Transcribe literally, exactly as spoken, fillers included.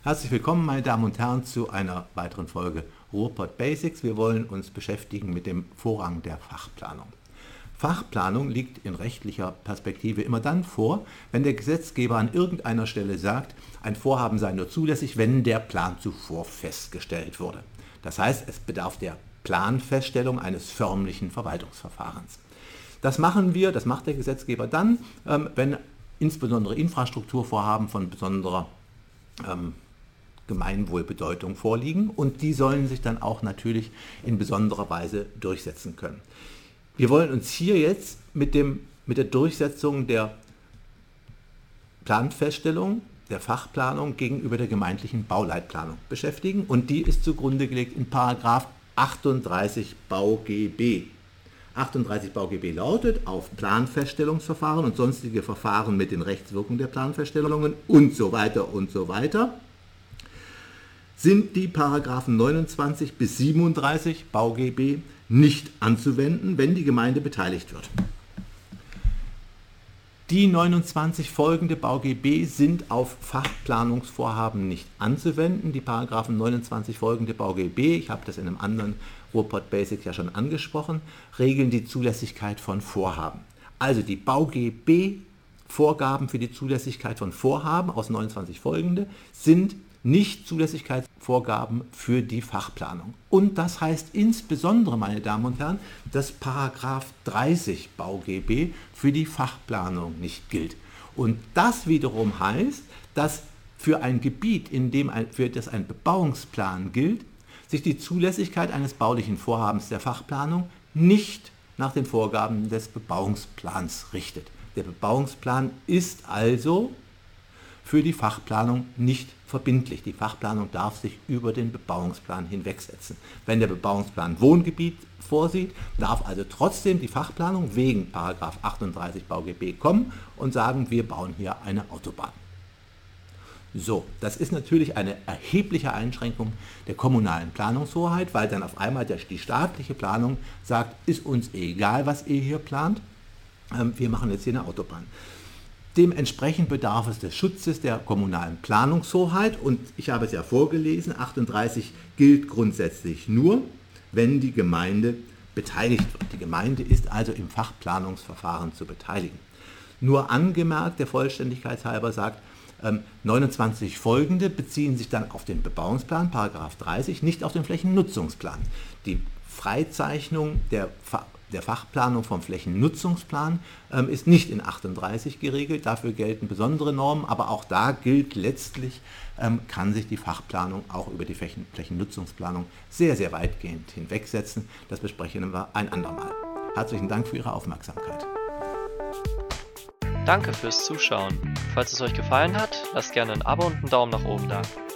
Herzlich willkommen, meine Damen und Herren, zu einer weiteren Folge Ruhrpott Basics. Wir wollen uns beschäftigen mit dem Vorrang der Fachplanung. Fachplanung liegt in rechtlicher Perspektive immer dann vor, wenn der Gesetzgeber an irgendeiner Stelle sagt, ein Vorhaben sei nur zulässig, wenn der Plan zuvor festgestellt wurde. Das heißt, es bedarf der Planfeststellung eines förmlichen Verwaltungsverfahrens. Das machen wir, das macht der Gesetzgeber dann, wenn insbesondere Infrastrukturvorhaben von besonderer ähm, Gemeinwohlbedeutung vorliegen, und die sollen sich dann auch natürlich in besonderer Weise durchsetzen können. Wir wollen uns hier jetzt mit, dem, mit der Durchsetzung der Planfeststellung, der Fachplanung gegenüber der gemeindlichen Bauleitplanung beschäftigen, und die ist zugrunde gelegt in Paragraph achtunddreißig BauGB. achtunddreißig BauGB lautet: Auf Planfeststellungsverfahren und sonstige Verfahren mit den Rechtswirkungen der Planfeststellungen und so weiter und so weiter sind die Paragraphen neunundzwanzig bis siebenunddreißig BauGB nicht anzuwenden, wenn die Gemeinde beteiligt wird. Die neunundzwanzig folgende BauGB sind auf Fachplanungsvorhaben nicht anzuwenden. Die Paragraphen neunundzwanzig folgende BauGB, ich habe das in einem anderen Ruhrpott Basics ja schon angesprochen, regeln die Zulässigkeit von Vorhaben. Also die BauGB-Vorgaben für die Zulässigkeit von Vorhaben aus neunundzwanzig folgende sind nicht Zulässigkeitsvorgaben für die Fachplanung. Und das heißt insbesondere, meine Damen und Herren, dass Paragraph dreißig BauGB für die Fachplanung nicht gilt. Und das wiederum heißt, dass für ein Gebiet, in dem ein, für das ein Bebauungsplan gilt, sich die Zulässigkeit eines baulichen Vorhabens der Fachplanung nicht nach den Vorgaben des Bebauungsplans richtet. Der Bebauungsplan ist also für die Fachplanung nicht verbindlich. Die Fachplanung darf sich über den Bebauungsplan hinwegsetzen. Wenn der Bebauungsplan Wohngebiet vorsieht, darf also trotzdem die Fachplanung wegen Paragraph achtunddreißig BauGB kommen und sagen, wir bauen hier eine Autobahn. So, das ist natürlich eine erhebliche Einschränkung der kommunalen Planungshoheit, weil dann auf einmal die staatliche Planung sagt, ist uns egal, was ihr hier plant, wir machen jetzt hier eine Autobahn. Dementsprechend bedarf es des Schutzes der kommunalen Planungshoheit, und ich habe es ja vorgelesen, achtunddreißig gilt grundsätzlich nur, wenn die Gemeinde beteiligt wird. Die Gemeinde ist also im Fachplanungsverfahren zu beteiligen. Nur angemerkt, der Vollständigkeit halber sagt, ähm, neunundzwanzig folgende beziehen sich dann auf den Bebauungsplan, Paragraph dreißig, nicht auf den Flächennutzungsplan. Die Freizeichnung der Ver Der Fachplanung vom Flächennutzungsplan ähm, ist nicht in achtunddreißig geregelt, dafür gelten besondere Normen, aber auch da gilt letztlich, ähm, kann sich die Fachplanung auch über die Flächen Flächennutzungsplanung sehr, sehr weitgehend hinwegsetzen. Das besprechen wir ein andermal. Herzlichen Dank für Ihre Aufmerksamkeit. Danke fürs Zuschauen. Falls es euch gefallen hat, lasst gerne ein Abo und einen Daumen nach oben da.